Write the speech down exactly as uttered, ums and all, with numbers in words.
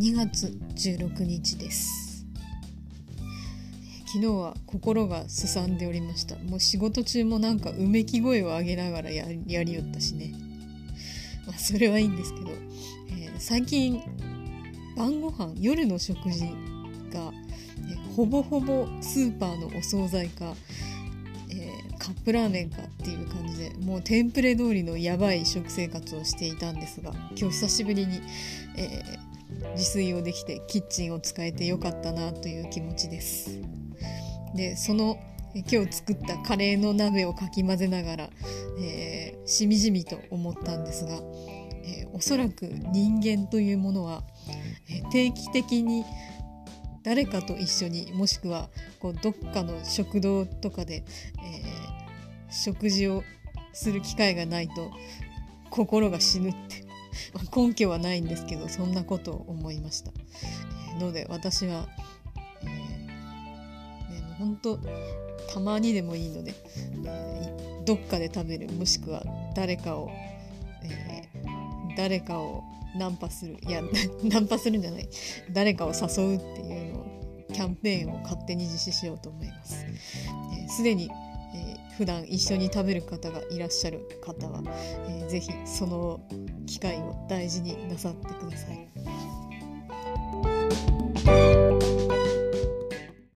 にがつじゅうろくにちです。昨日は心がすさんでおりました。もう仕事中もなんかうめき声を上げながら や, やりよったしね、まあ、それはいいんですけど、えー、最近晩ご飯夜の食事が、えー、ほぼほぼスーパーのお惣菜か、えー、カップラーメンかっていう感じで、もうテンプレ通りのやばい食生活をしていたんですが、今日久しぶりに、えー、自炊をできてキッチンを使えてよかったなという気持ちです。でその今日作ったカレーの鍋をかき混ぜながら、えー、しみじみと思ったんですが、えー、おそらく人間というものは、えー、定期的に誰かと一緒に、もしくはこうどっかの食堂とかで、えー、食事をする機会がないと心が死ぬって根拠はないんですけど、そんなことを思いました。えー、ので私は本当たまにでもいいので、えー、どっかで食べる、もしくは誰かを、えー、誰かをナンパする、いやナンパするんじゃない、誰かを誘うっていうのをキャンペーンを勝手に実施しようと思います。すで、えー、に、えー、普段一緒に食べる方がいらっしゃる方は、えー、ぜひその機会を大事になさってください。